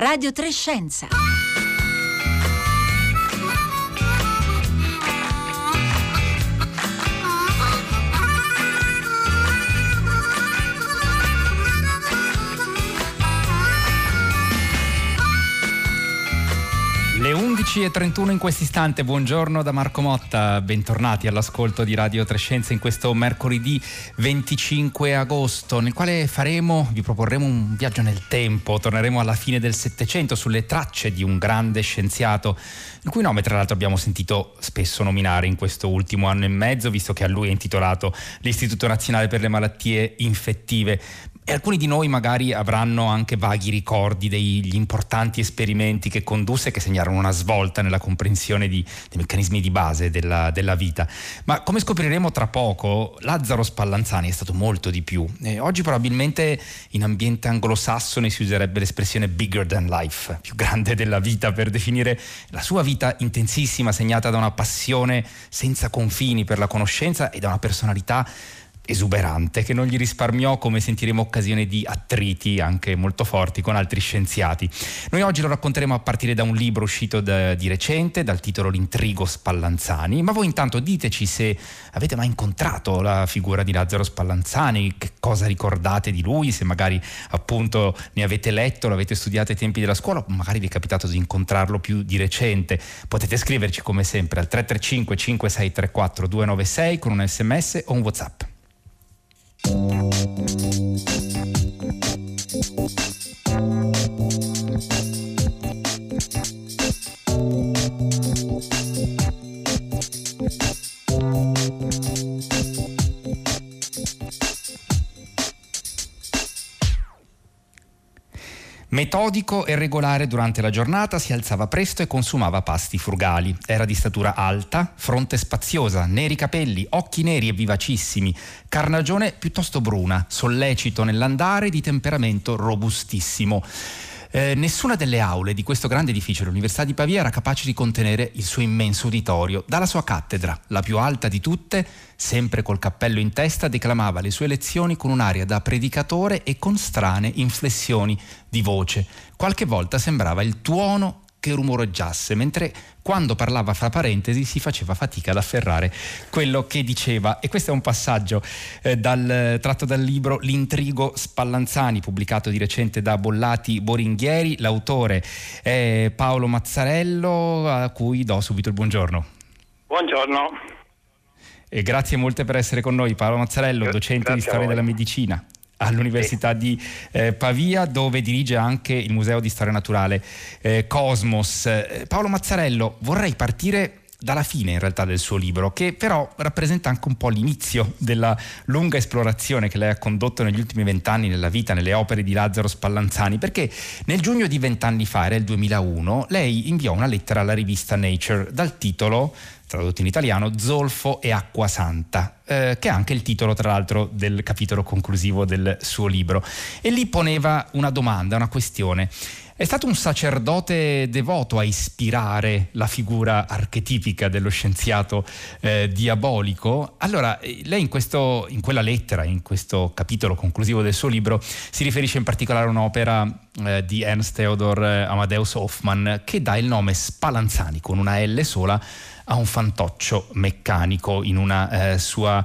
Radio 3 Scienza. Le 11:31 in questo istante. Buongiorno da Marco Motta, bentornati all'ascolto di Radio 3 Scienze in questo mercoledì 25 agosto, nel quale vi proporremo un viaggio nel tempo. Torneremo alla fine del Settecento sulle tracce di un grande scienziato, il cui nome tra l'altro abbiamo sentito spesso nominare in questo ultimo anno e mezzo, visto che a lui è intitolato l'Istituto Nazionale per le Malattie Infettive. E alcuni di noi magari avranno anche vaghi ricordi degli importanti esperimenti che condusse, che segnarono una svolta nella comprensione dei meccanismi di base della vita. Ma come scopriremo tra poco, Lazzaro Spallanzani è stato molto di più. Oggi probabilmente in ambiente anglosassone si userebbe l'espressione bigger than life, più grande della vita, per definire la sua vita intensissima, segnata da una passione senza confini per la conoscenza e da una personalità esuberante che non gli risparmiò, come sentiremo, occasione di attriti anche molto forti con altri scienziati. Noi oggi lo racconteremo a partire da un libro uscito di recente dal titolo L'intrigo Spallanzani, ma voi intanto diteci se avete mai incontrato la figura di Lazzaro Spallanzani, che cosa ricordate di lui, se magari appunto ne avete letto, lo avete studiato ai tempi della scuola, o magari vi è capitato di incontrarlo più di recente. Potete scriverci come sempre al 335 5634 296 con un SMS o un WhatsApp. Metodico e regolare durante la giornata, si alzava presto e consumava pasti frugali. Era di statura alta, fronte spaziosa, neri capelli, occhi neri e vivacissimi, carnagione piuttosto bruna, sollecito nell'andare, di temperamento robustissimo. Nessuna delle aule di questo grande edificio, l'Università di Pavia, era capace di contenere il suo immenso uditorio. Dalla sua cattedra, la più alta di tutte, sempre col cappello in testa, declamava le sue lezioni con un'aria da predicatore e con strane inflessioni di voce. Qualche volta sembrava il tuono che rumoreggiasse, mentre quando parlava fra parentesi si faceva fatica ad afferrare quello che diceva. E questo è un passaggio tratto dal libro L'intrigo Spallanzani, pubblicato di recente da Bollati Boringhieri. L'autore è Paolo Mazzarello, a cui do subito il buongiorno. Buongiorno. E grazie molte per essere con noi, Paolo Mazzarello, docente di storia della medicina all'Università di Pavia, dove dirige anche il Museo di Storia Naturale Cosmos. Paolo Mazzarello, vorrei partire dalla fine in realtà del suo libro, che però rappresenta anche un po' l'inizio della lunga esplorazione che lei ha condotto negli ultimi 20 anni nella vita, nelle opere di Lazzaro Spallanzani, perché nel giugno di 20 anni fa, era il 2001, lei inviò una lettera alla rivista Nature dal titolo, tradotto in italiano, Zolfo e acqua santa, che è anche il titolo tra l'altro del capitolo conclusivo del suo libro, e lì poneva una domanda, una questione. È stato un sacerdote devoto a ispirare la figura archetipica dello scienziato diabolico? Allora, lei in quella lettera, in questo capitolo conclusivo del suo libro, si riferisce in particolare a un'opera di Ernst Theodor Amadeus Hoffmann, che dà il nome Spallanzani con una L sola a un fantoccio meccanico in una sua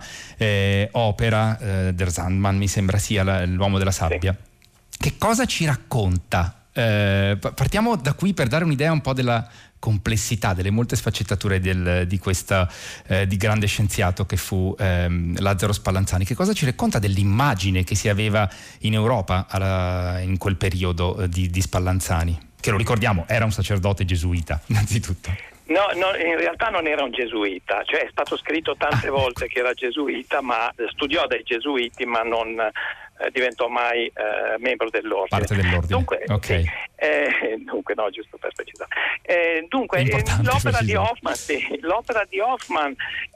opera, Der Sandmann mi sembra sia l'uomo della sabbia. Che cosa ci racconta? Partiamo da qui per dare un'idea un po' della complessità, delle molte sfaccettature di questa di grande scienziato che fu Lazzaro Spallanzani. Che cosa ci racconta dell'immagine che si aveva in Europa in quel periodo di Spallanzani, che, lo ricordiamo, era un sacerdote gesuita innanzitutto? No, in realtà non era un gesuita, cioè è stato scritto tante volte che era gesuita, ma studiò dai gesuiti, ma non diventò mai membro dell'ordine. Parte dell'ordine. Dunque, okay. Dunque no, giusto per precisare. Dunque, l'opera di Hoffmann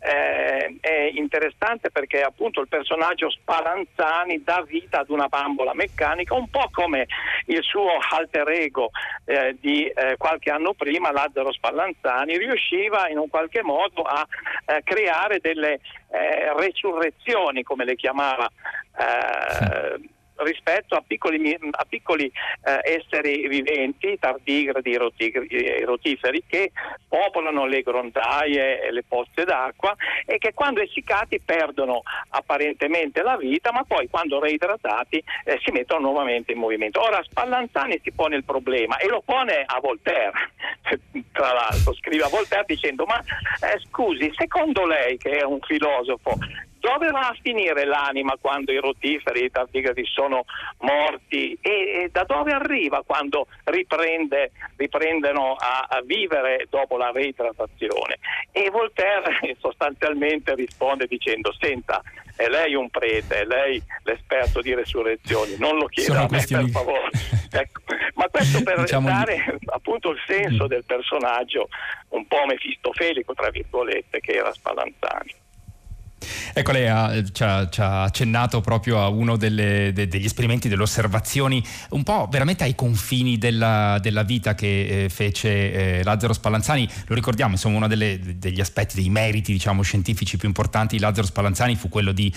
è interessante perché appunto il personaggio Spallanzani dà vita ad una bambola meccanica, un po' come il suo alter ego di qualche anno prima, Lazzaro Spallanzani, riusciva in un qualche modo a creare delle resurrezioni, come le chiamava rispetto a piccoli esseri viventi, tardigradi rotiferi, che popolano le grondaie e le pozze d'acqua e che quando essiccati perdono apparentemente la vita, ma poi quando reidratati si mettono nuovamente in movimento. Ora Spallanzani si pone il problema e lo pone a Voltaire, tra l'altro scrive a Voltaire dicendo: ma scusi, secondo lei, che è un filosofo, dove va a finire l'anima quando i rotiferi, i tardigradi sono morti, e da dove arriva quando riprendono a vivere dopo la reidratazione? E Voltaire sostanzialmente risponde dicendo: senta, è lei un prete, è lei l'esperto di resurrezioni, non lo chieda a me, per favore. Ecco. Ma questo per dare appunto il senso del personaggio un po' mefistofelico, tra virgolette, che era Spallanzani. Ecco, lei ci ha accennato proprio a uno degli esperimenti, delle osservazioni un po' veramente ai confini della vita che fece Lazzaro Spallanzani. Lo ricordiamo, insomma, uno degli aspetti, dei meriti, diciamo, scientifici più importanti di Lazzaro Spallanzani fu quello di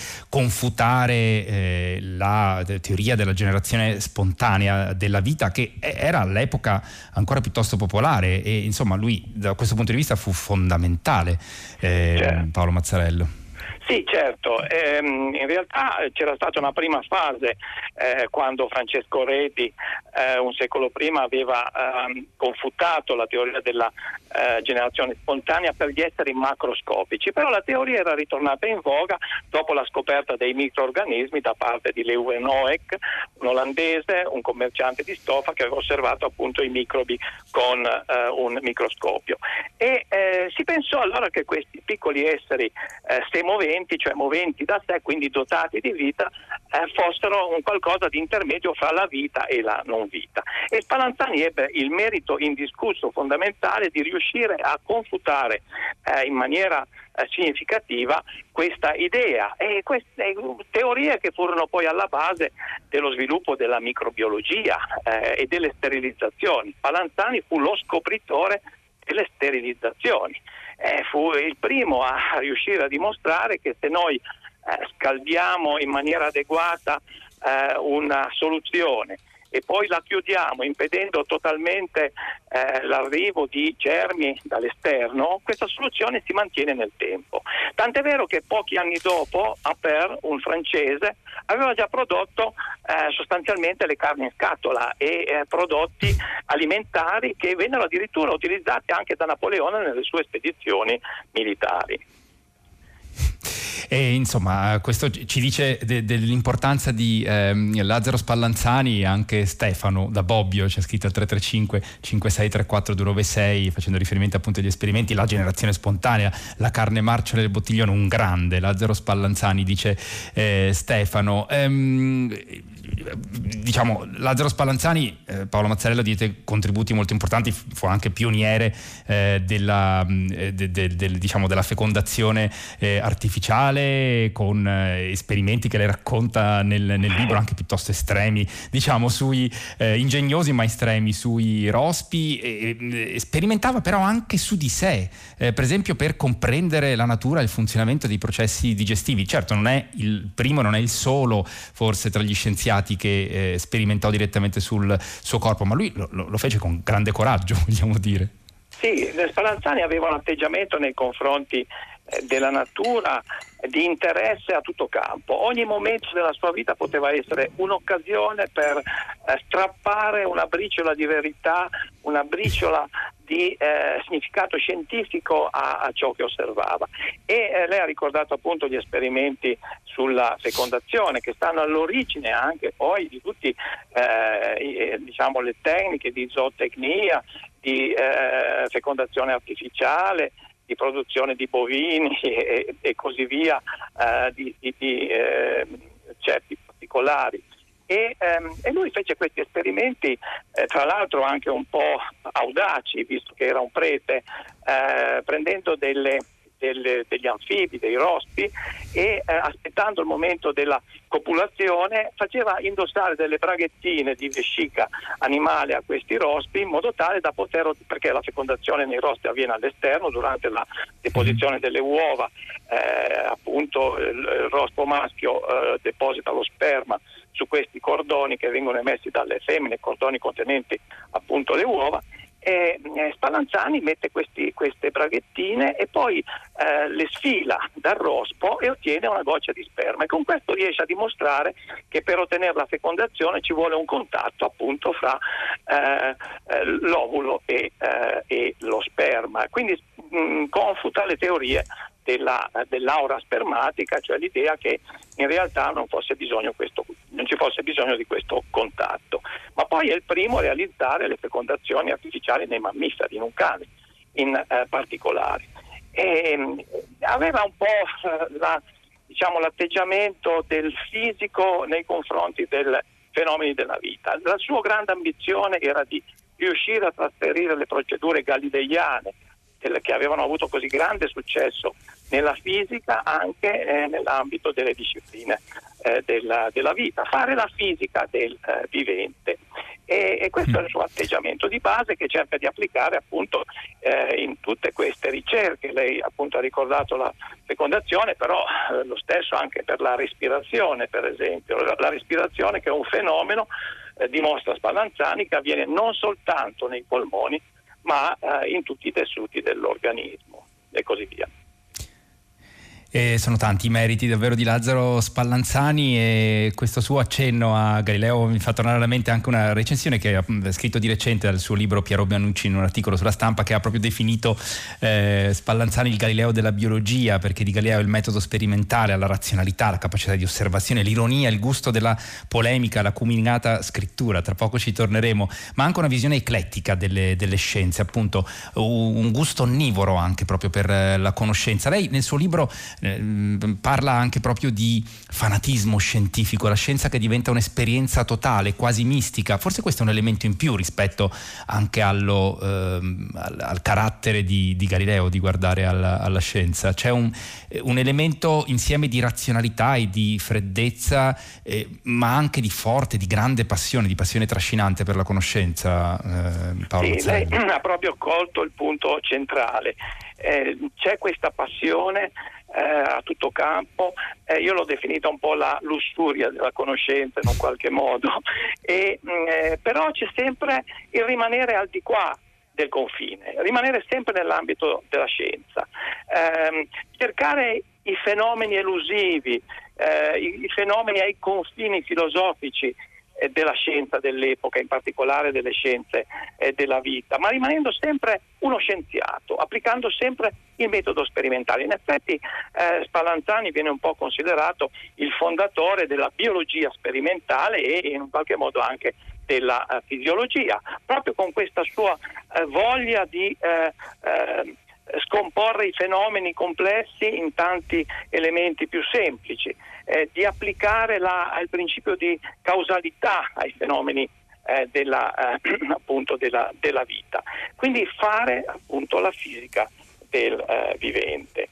confutare la teoria della generazione spontanea della vita, che era all'epoca ancora piuttosto popolare, e insomma lui da questo punto di vista fu fondamentale, Paolo Mazzarello. Sì, certo, in realtà c'era stata una prima fase quando Francesco Redi un secolo prima aveva confutato la teoria della generazione spontanea per gli esseri macroscopici, però la teoria era ritornata in voga dopo la scoperta dei microorganismi da parte di Leeuwenhoek, un olandese, un commerciante di stoffa, che aveva osservato appunto i microbi con un microscopio, e si pensò allora che questi piccoli esseri semoventi, cioè moventi da sé, quindi dotati di vita, fossero un qualcosa di intermedio fra la vita e la non vita. E Spallanzani ebbe il merito indiscusso, fondamentale, di riuscire a confutare in maniera significativa questa idea, e queste teorie che furono poi alla base dello sviluppo della microbiologia e delle sterilizzazioni. Spallanzani fu lo scopritore delle sterilizzazioni. Fu il primo a riuscire a dimostrare che se noi scaldiamo in maniera adeguata una soluzione e poi la chiudiamo impedendo totalmente l'arrivo di germi dall'esterno, questa soluzione si mantiene nel tempo. Tant'è vero che pochi anni dopo Appert, un francese, aveva già prodotto sostanzialmente le carni in scatola e prodotti alimentari che vennero addirittura utilizzati anche da Napoleone nelle sue spedizioni militari. E insomma, questo ci dice dell'importanza di Lazzaro Spallanzani. Anche Stefano da Bobbio ci ha scritto al 335 5634 296, facendo riferimento appunto agli esperimenti, la generazione spontanea, la carne marcia nel bottiglione, un grande Lazzaro Spallanzani, dice Stefano. Diciamo, Lazzaro Spallanzani, Paolo Mazzarello, diede contributi molto importanti, fu anche pioniere della fecondazione artificiale, con esperimenti che lei racconta nel libro, anche piuttosto estremi, diciamo, sui ingegnosi ma estremi sui rospi. Sperimentava però anche su di sé, per esempio per comprendere la natura e il funzionamento dei processi digestivi. Certo, non è il primo, non è il solo forse tra gli scienziati che sperimentò direttamente sul suo corpo, ma lui lo fece con grande coraggio, vogliamo dire. Sì, Spallanzani aveva un atteggiamento nei confronti della natura di interesse a tutto campo. Ogni momento della sua vita poteva essere un'occasione per strappare una briciola di verità, una briciola di significato scientifico a ciò che osservava. E lei ha ricordato appunto gli esperimenti sulla fecondazione, che stanno all'origine anche poi di tutti diciamo le tecniche di zootecnia, di fecondazione artificiale, di produzione di bovini e così via, di certi particolari. E lui fece questi esperimenti, tra l'altro anche un po' audaci, visto che era un prete, prendendo degli anfibi, dei rospi, e aspettando il momento della copulazione faceva indossare delle braghettine di vescica animale a questi rospi, in modo tale da poter, perché la fecondazione nei rospi avviene all'esterno durante la deposizione delle uova, appunto il rospo maschio deposita lo sperma su questi cordoni che vengono emessi dalle femmine, cordoni contenenti appunto le uova. E Spallanzani mette queste braghettine e poi le sfila dal rospo e ottiene una goccia di sperma, e con questo riesce a dimostrare che per ottenere la fecondazione ci vuole un contatto appunto fra l'ovulo e lo sperma. Quindi confuta le teorie dell'aura spermatica, cioè l'idea che in realtà non ci fosse bisogno di questo contatto. Ma poi è il primo a realizzare le fecondazioni artificiali nei mammiferi, in un cane in particolare. E aveva un po' l'atteggiamento del fisico nei confronti dei fenomeni della vita. La sua grande ambizione era di riuscire a trasferire le procedure galileiane che avevano avuto così grande successo nella fisica anche nell'ambito delle discipline della vita, fare la fisica del vivente, e questo è il suo atteggiamento di base che cerca di applicare appunto in tutte queste ricerche. Lei appunto ha ricordato la fecondazione, però lo stesso anche per la respirazione, per esempio la respirazione, che è un fenomeno, dimostra Spallanzani, che avviene non soltanto nei polmoni ma in tutti i tessuti dell'organismo, e così via. E sono tanti i meriti davvero di Lazzaro Spallanzani, e questo suo accenno a Galileo mi fa tornare alla mente anche una recensione che ha scritto di recente dal suo libro Piero Beanucci, in un articolo sulla Stampa, che ha proprio definito Spallanzani il Galileo della biologia, perché di Galileo il metodo sperimentale, la razionalità, la capacità di osservazione, l'ironia, il gusto della polemica, la cuminata scrittura, tra poco ci torneremo, ma anche una visione eclettica delle scienze, appunto un gusto onnivoro anche proprio per la conoscenza. Lei nel suo libro parla anche proprio di fanatismo scientifico, la scienza che diventa un'esperienza totale, quasi mistica. Forse questo è un elemento in più rispetto anche al carattere di Galileo di guardare alla scienza. C'è un elemento insieme di razionalità e di freddezza, ma anche di forte, di grande passione, di passione trascinante per la conoscenza. Paolo Mazzarello. Lei ha proprio colto il punto centrale. C'è questa passione a tutto campo, io l'ho definita un po' la lussuria della conoscenza in un qualche modo, però c'è sempre il rimanere al di qua del confine, rimanere sempre nell'ambito della scienza, cercare i fenomeni elusivi, i fenomeni ai confini filosofici della scienza dell'epoca, in particolare delle scienze della vita, ma rimanendo sempre uno scienziato, applicando sempre il metodo sperimentale. In effetti Spallanzani viene un po' considerato il fondatore della biologia sperimentale e in qualche modo anche della fisiologia, proprio con questa sua voglia di scomporre i fenomeni complessi in tanti elementi più semplici, di applicare il principio di causalità ai fenomeni appunto della vita, quindi fare appunto la fisica del vivente.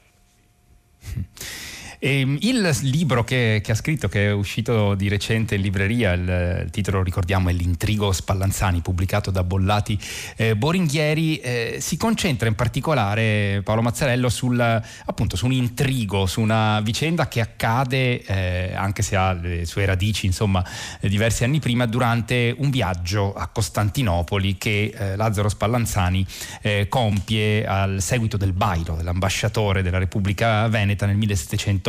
Il libro che ha scritto, che è uscito di recente in libreria, il titolo, ricordiamo, è L'intrigo Spallanzani, pubblicato da Bollati Boringhieri, si concentra in particolare, Paolo Mazzarello, appunto su un intrigo, su una vicenda che accade, anche se ha le sue radici insomma diversi anni prima, durante un viaggio a Costantinopoli che Lazzaro Spallanzani compie al seguito del bailo dell'ambasciatore della Repubblica Veneta nel 1785.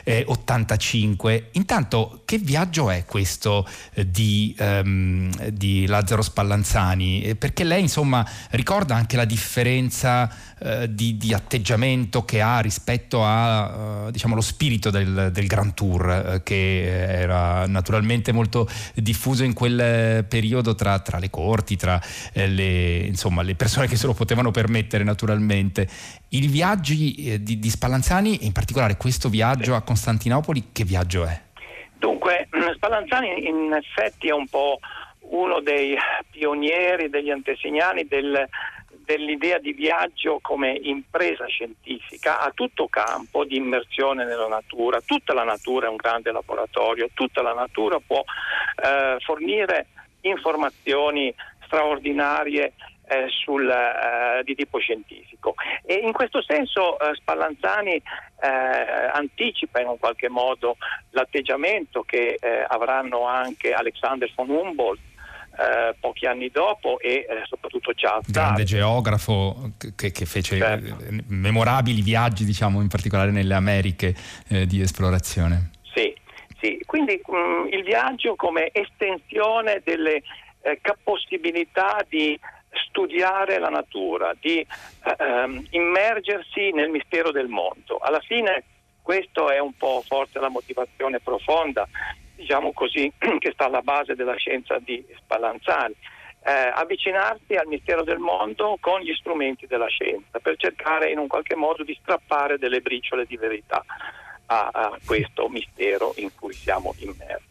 Intanto, che viaggio è questo di Lazzaro Spallanzani? Perché lei insomma ricorda anche la differenza di atteggiamento che ha rispetto a diciamo lo spirito del Grand Tour, che era naturalmente molto diffuso in quel periodo tra le corti, tra le persone che se lo potevano permettere naturalmente. I viaggi di Spallanzani, e in particolare questo viaggio a Costantinopoli, che viaggio è? Dunque, Spallanzani in effetti è un po' uno dei pionieri, degli antesignani dell'idea di viaggio come impresa scientifica a tutto campo, di immersione nella natura. Tutta la natura è un grande laboratorio, tutta la natura può fornire informazioni straordinarie di tipo scientifico. E in questo senso Spallanzani anticipa in un qualche modo l'atteggiamento che avranno anche Alexander von Humboldt pochi anni dopo e soprattutto Charles Darwin, grande geografo che fece memorabili viaggi, diciamo, in particolare nelle Americhe di esplorazione. Sì, quindi il viaggio come estensione delle possibilità di studiare la natura, di immergersi nel mistero del mondo. Alla fine questo è un po' forse la motivazione profonda, diciamo così, che sta alla base della scienza di Spallanzani. Avvicinarsi al mistero del mondo con gli strumenti della scienza per cercare in un qualche modo di strappare delle briciole di verità a questo mistero in cui siamo immersi.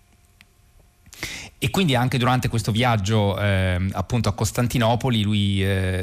E quindi anche durante questo viaggio appunto a Costantinopoli lui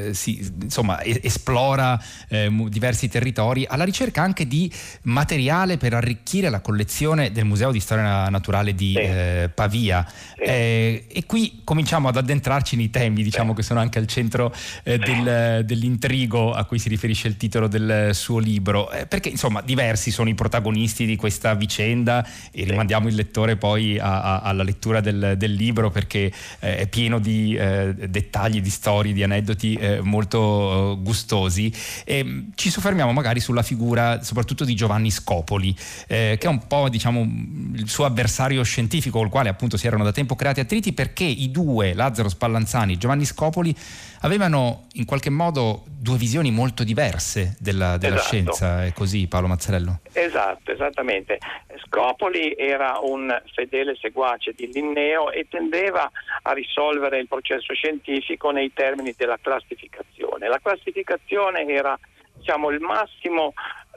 esplora diversi territori alla ricerca anche di materiale per arricchire la collezione del Museo di Storia Naturale di Pavia. E qui cominciamo ad addentrarci nei temi, diciamo, che sono anche al centro dell'intrigo a cui si riferisce il titolo del suo libro, perché insomma diversi sono i protagonisti di questa vicenda e rimandiamo il lettore poi alla lettura del libro, perché è pieno di dettagli, di storie, di aneddoti molto gustosi. E ci soffermiamo magari sulla figura soprattutto di Giovanni Scopoli, che è un po', diciamo, il suo avversario scientifico, col quale appunto si erano da tempo creati attriti, perché i due, Lazzaro Spallanzani e Giovanni Scopoli, avevano in qualche modo due visioni molto diverse della scienza. È così, Paolo Mazzarello? Esatto, esattamente. Scopoli era un fedele seguace di Linneo e tendeva a risolvere il processo scientifico nei termini della classificazione. La classificazione era, diciamo, il massimo,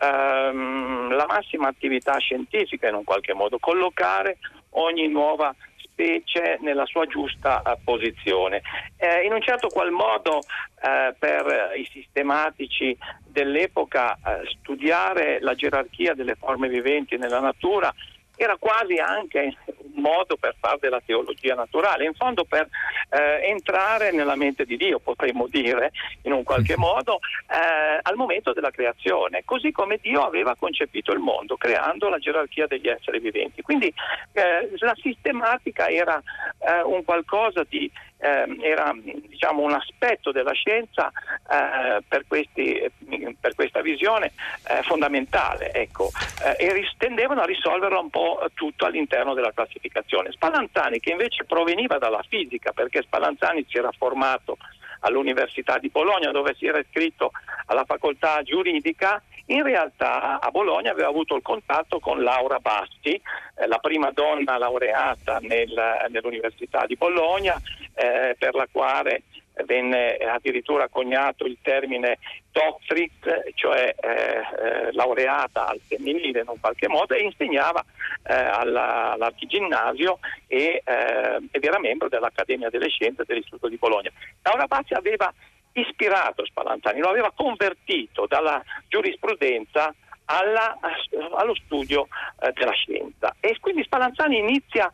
la massima attività scientifica, in un qualche modo, collocare ogni nuova specie nella sua giusta posizione. In un certo qual modo per i sistematici dell'epoca studiare la gerarchia delle forme viventi nella natura era quasi anche un modo per fare della teologia naturale, in fondo per entrare nella mente di Dio, potremmo dire, in un qualche modo, al momento della creazione, così come Dio aveva concepito il mondo, creando la gerarchia degli esseri viventi. Quindi la sistematica era un qualcosa di era, diciamo, un aspetto della scienza per questa visione fondamentale, ecco, e tendevano a risolverlo un po' tutto all'interno della classificazione. Spallanzani, che invece proveniva dalla fisica, perché Spallanzani si era formato all'Università di Bologna, dove si era iscritto alla facoltà giuridica, in realtà a Bologna aveva avuto il contatto con Laura Bassi, la prima donna laureata nell'Università di Bologna, per la quale venne addirittura coniato il termine doctrix, cioè laureata al femminile in un qualche modo, e insegnava all'Archiginnasio ed era membro dell'Accademia delle Scienze dell'Istituto di Bologna. Laura Bassi aveva ispirato Spallanzani, lo aveva convertito dalla giurisprudenza allo studio della scienza, e quindi Spallanzani inizia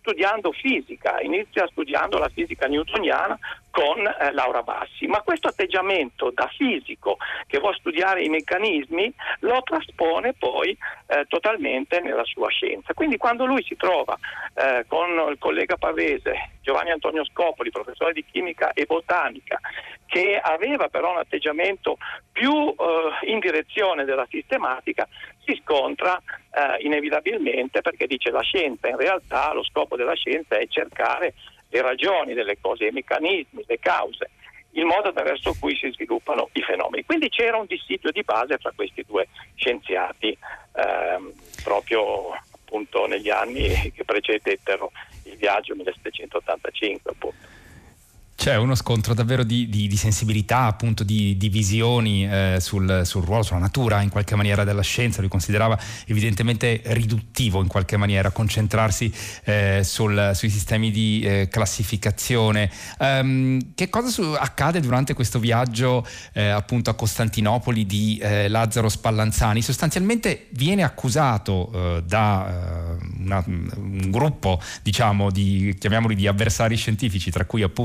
studiando la fisica newtoniana con Laura Bassi, ma questo atteggiamento da fisico che vuole studiare i meccanismi lo traspone poi totalmente nella sua scienza. Quindi quando lui si trova con il collega pavese Giovanni Antonio Scopoli, professore di chimica e botanica, che aveva però un atteggiamento più in direzione della sistematica, si scontra inevitabilmente, perché dice: la scienza, in realtà lo scopo della scienza è cercare le ragioni delle cose, i meccanismi, le cause, il modo attraverso cui si sviluppano i fenomeni. Quindi c'era un dissidio di base fra questi due scienziati proprio appunto negli anni che precedettero il viaggio 1785 appunto. C'è uno scontro davvero di sensibilità, appunto di visioni sul ruolo, sulla natura in qualche maniera della scienza. Lui considerava evidentemente riduttivo in qualche maniera concentrarsi sui sistemi di classificazione. Che cosa accade durante questo viaggio appunto a Costantinopoli di Lazzaro Spallanzani? Sostanzialmente viene accusato da un gruppo, diciamo, chiamiamoli di avversari scientifici, tra cui appunto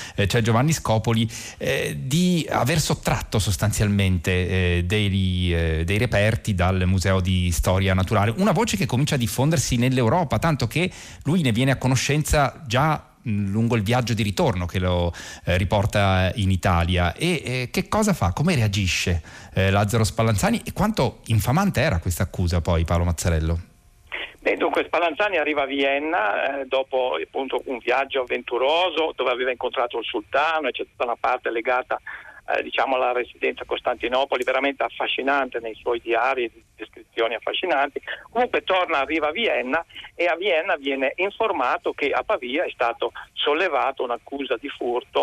cioè Giovanni Scopoli, di aver sottratto sostanzialmente dei reperti dal Museo di Storia Naturale, una voce che comincia a diffondersi nell'Europa, tanto che lui ne viene a conoscenza già lungo il viaggio di ritorno che lo riporta in Italia. E che cosa fa? Come reagisce Lazzaro Spallanzani, e quanto infamante era questa accusa poi, Paolo Mazzarello? Dunque Spallanzani arriva a Vienna dopo appunto un viaggio avventuroso dove aveva incontrato il sultano, e c'è tutta una parte legata alla residenza a Costantinopoli, veramente affascinante nei suoi diari, descrizioni affascinanti. Comunque arriva a Vienna, e a Vienna viene informato che a Pavia è stato sollevato un'accusa di furto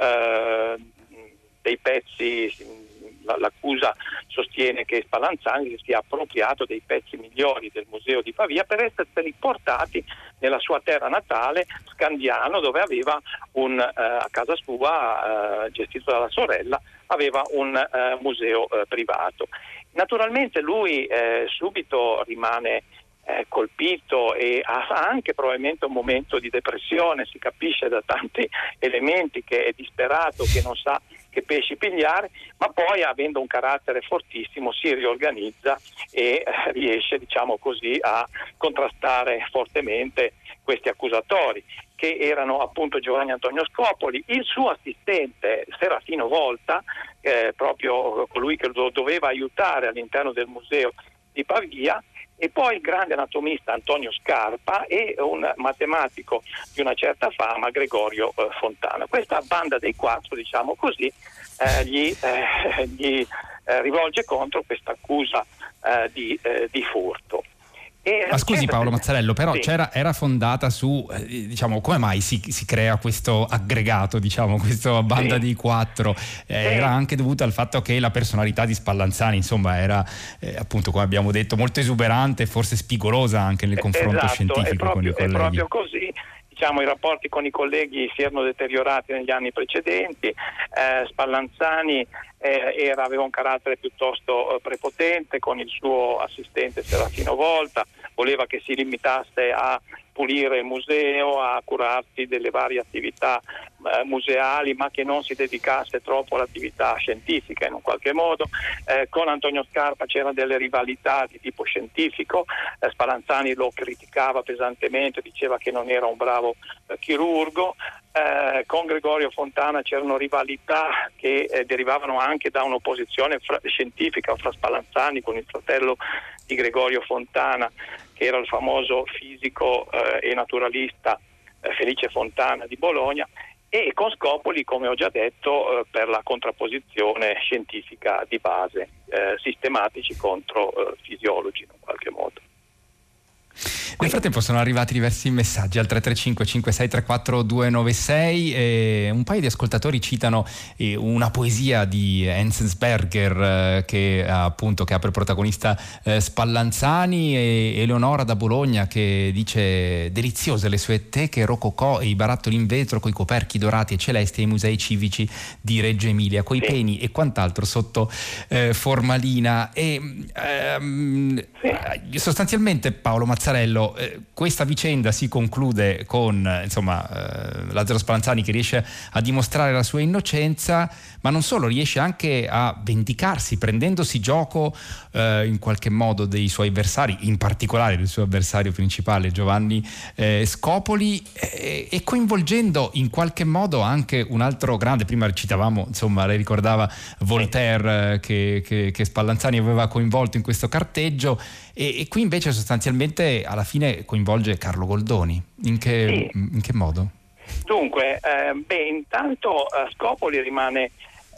dei pezzi. L'accusa sostiene che Spallanzani si sia appropriato dei pezzi migliori del museo di Pavia per esserseli portati nella sua terra natale, Scandiano, dove aveva a casa sua, gestito dalla sorella, aveva un museo privato. Naturalmente lui subito rimane colpito e ha anche probabilmente un momento di depressione, si capisce da tanti elementi che è disperato, che non sa che pesci pigliare, ma poi, avendo un carattere fortissimo, si riorganizza e riesce, a contrastare fortemente questi accusatori, che erano appunto Giovanni Antonio Scopoli, il suo assistente Serafino Volta, proprio colui che lo doveva aiutare all'interno del museo di Pavia, e poi il grande anatomista Antonio Scarpa e un matematico di una certa fama, Gregorio Fontana. Questa banda dei quattro, gli rivolge contro questa accusa di furto. Ma scusi Paolo Mazzarello, però sì, era fondata su, come mai si crea questo aggregato, questa banda di quattro? Era anche dovuta al fatto che la personalità di Spallanzani, insomma, era appunto, come abbiamo detto, molto esuberante e forse spigolosa anche nel confronto scientifico con i colleghi. È proprio così. I rapporti con i colleghi si erano deteriorati negli anni precedenti. Spallanzani aveva un carattere piuttosto prepotente con il suo assistente Serafino Volta, voleva che si limitasse a pulire il museo, a curarsi delle varie attività museali, ma che non si dedicasse troppo all'attività scientifica in un qualche modo. Con Antonio Scarpa c'erano delle rivalità di tipo scientifico. Spallanzani lo criticava pesantemente, diceva che non era un bravo chirurgo. Con Gregorio Fontana c'erano rivalità che derivavano anche da un'opposizione scientifica fra Spallanzani con il fratello di Gregorio Fontana, che era il famoso fisico e naturalista Felice Fontana di Bologna, e con Scopoli, come ho già detto, per la contrapposizione scientifica di base, sistematici contro fisiologi in un qualche modo. Nel frattempo sono arrivati diversi messaggi al 335 5634 296 e un paio di ascoltatori citano una poesia di Enzensberger che ha per protagonista Spallanzani, e Eleonora da Bologna che dice: deliziose le sue teche rococò e i barattoli in vetro coi coperchi dorati e celesti ai musei civici di Reggio Emilia, coi peni e quant'altro sotto formalina. E sostanzialmente, Paolo Mazzarello, questa vicenda si conclude con Lazzaro Spallanzani che riesce a dimostrare la sua innocenza, ma non solo, riesce anche a vendicarsi prendendosi gioco in qualche modo dei suoi avversari, in particolare del suo avversario principale Giovanni Scopoli, e coinvolgendo in qualche modo anche un altro grande. Prima citavamo, lei ricordava Voltaire che Spallanzani aveva coinvolto in questo carteggio, e qui invece sostanzialmente alla fine coinvolge Carlo Goldoni. In che modo? Dunque, intanto Scopoli rimane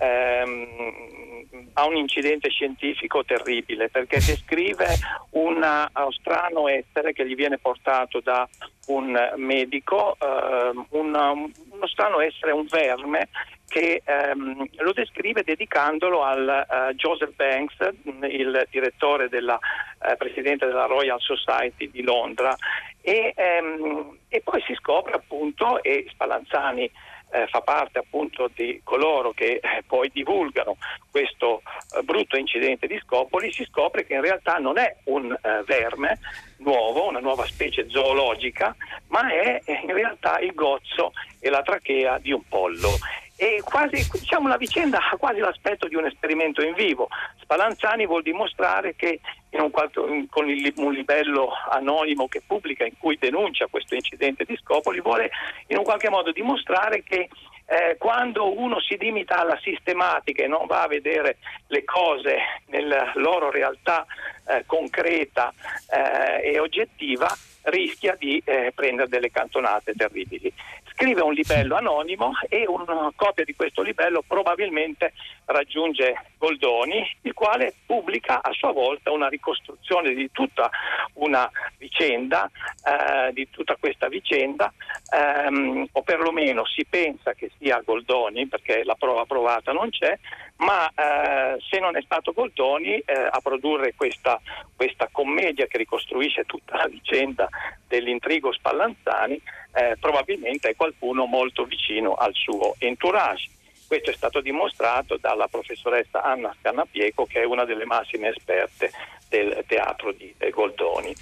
ha un incidente scientifico terribile, perché descrive uno strano essere che gli viene portato da un medico, uno strano essere, un verme, che lo descrive dedicandolo al Joseph Banks, il direttore presidente della Royal Society di Londra, e poi si scopre appunto, e Spallanzani fa parte appunto di coloro che poi divulgano questo brutto incidente di Scopoli, si scopre che in realtà non è un verme, nuovo, una nuova specie zoologica, ma è in realtà il gozzo e la trachea di un pollo. E quasi, diciamo, la vicenda ha quasi l'aspetto di un esperimento in vivo. Spallanzani vuol dimostrare che con un libello anonimo che pubblica, in cui denuncia questo incidente di Scopoli, vuole in un qualche modo dimostrare che quando uno si limita alla sistematica e non va a vedere le cose nella loro realtà concreta e oggettiva, rischia di prendere delle cantonate terribili. Scrive un libello anonimo e una copia di questo libello probabilmente raggiunge Goldoni, il quale pubblica a sua volta una ricostruzione di tutta una vicenda, di tutta questa vicenda, o perlomeno si pensa che sia Goldoni, perché la prova provata non c'è, ma se non è stato Goldoni a produrre questa commedia che ricostruisce tutta la vicenda dell'intrigo Spallanzani, probabilmente è qualcuno molto vicino al suo entourage. Questo è stato dimostrato dalla professoressa Anna Scannapieco, che è una delle massime esperte del teatro di Goldoni.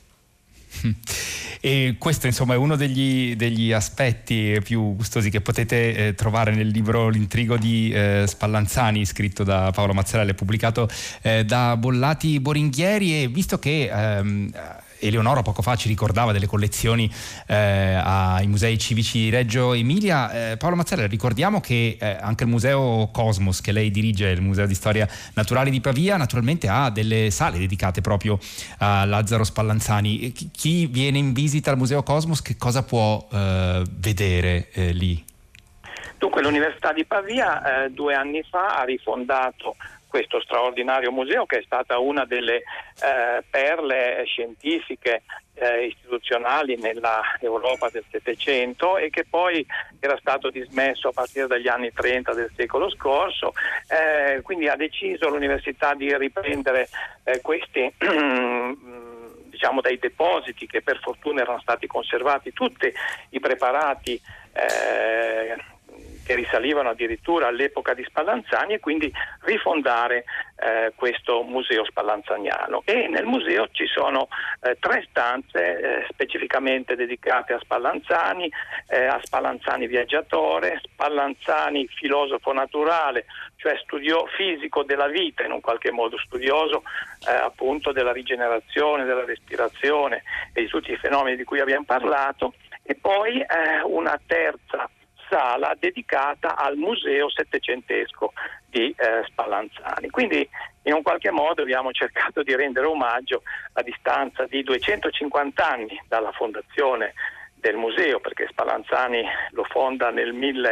E questo, insomma, è uno degli aspetti più gustosi che potete trovare nel libro L'intrigo di Spallanzani, scritto da Paolo Mazzarello e pubblicato da Bollati Boringhieri. E visto che Eleonora poco fa ci ricordava delle collezioni ai musei civici di Reggio Emilia, Paolo Mazzarello, ricordiamo che anche il museo Cosmos, che lei dirige, il museo di storia naturale di Pavia, naturalmente ha delle sale dedicate proprio a Lazzaro Spallanzani. Chi viene in visita al museo Cosmos che cosa può vedere lì? Dunque, l'Università di Pavia 2 anni fa ha rifondato questo straordinario museo, che è stata una delle perle scientifiche istituzionali nella Europa del Settecento, e che poi era stato dismesso a partire dagli anni 30 del secolo scorso. Quindi ha deciso l'università di riprendere questi diciamo dai depositi, che per fortuna erano stati conservati, tutti i preparati che risalivano addirittura all'epoca di Spallanzani, e quindi rifondare questo museo spallanzaniano. E nel museo ci sono 3 stanze specificamente dedicate a Spallanzani viaggiatore, Spallanzani filosofo naturale, cioè studio fisico della vita, in un qualche modo studioso appunto della rigenerazione, della respirazione e di tutti i fenomeni di cui abbiamo parlato, e poi una terza sala dedicata al museo settecentesco di Spallanzani. Quindi in un qualche modo abbiamo cercato di rendere omaggio, a distanza di 250 anni dalla fondazione del museo, perché Spallanzani lo fonda nel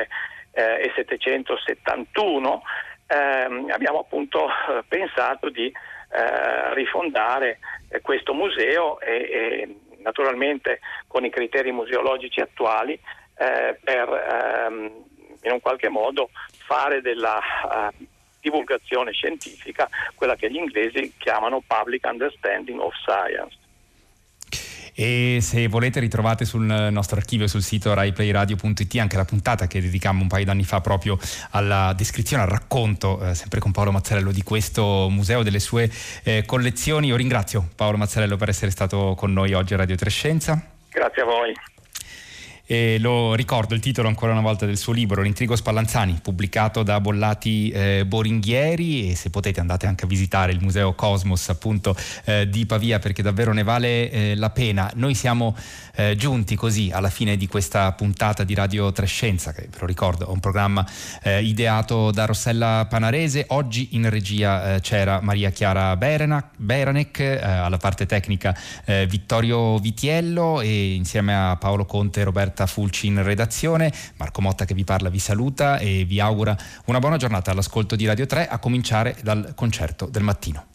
1771, abbiamo appunto pensato di rifondare questo museo e naturalmente con i criteri museologici attuali, per in un qualche modo fare della divulgazione scientifica, quella che gli inglesi chiamano public understanding of science. E se volete ritrovate sul nostro archivio, sul sito raiplayradio.it, anche la puntata che dedicammo un paio d'anni fa proprio alla descrizione, al racconto, sempre con Paolo Mazzarello, di questo museo, delle sue collezioni. Io ringrazio Paolo Mazzarello per essere stato con noi oggi a Radio Trescenza. Grazie a voi. E lo ricordo il titolo ancora una volta del suo libro, L'intrigo Spallanzani, pubblicato da Bollati Boringhieri, e se potete andate anche a visitare il museo Cosmos appunto di Pavia, perché davvero ne vale la pena. Noi siamo giunti così alla fine di questa puntata di Radio Trescenza, che ve lo ricordo è un programma ideato da Rossella Panarese. Oggi in regia c'era Maria Chiara Beranec, alla parte tecnica Vittorio Vitiello, e insieme a Paolo Conte e Roberta Fulci in redazione. Marco Motta che vi parla vi saluta e vi augura una buona giornata all'ascolto di Radio 3, a cominciare dal concerto del mattino.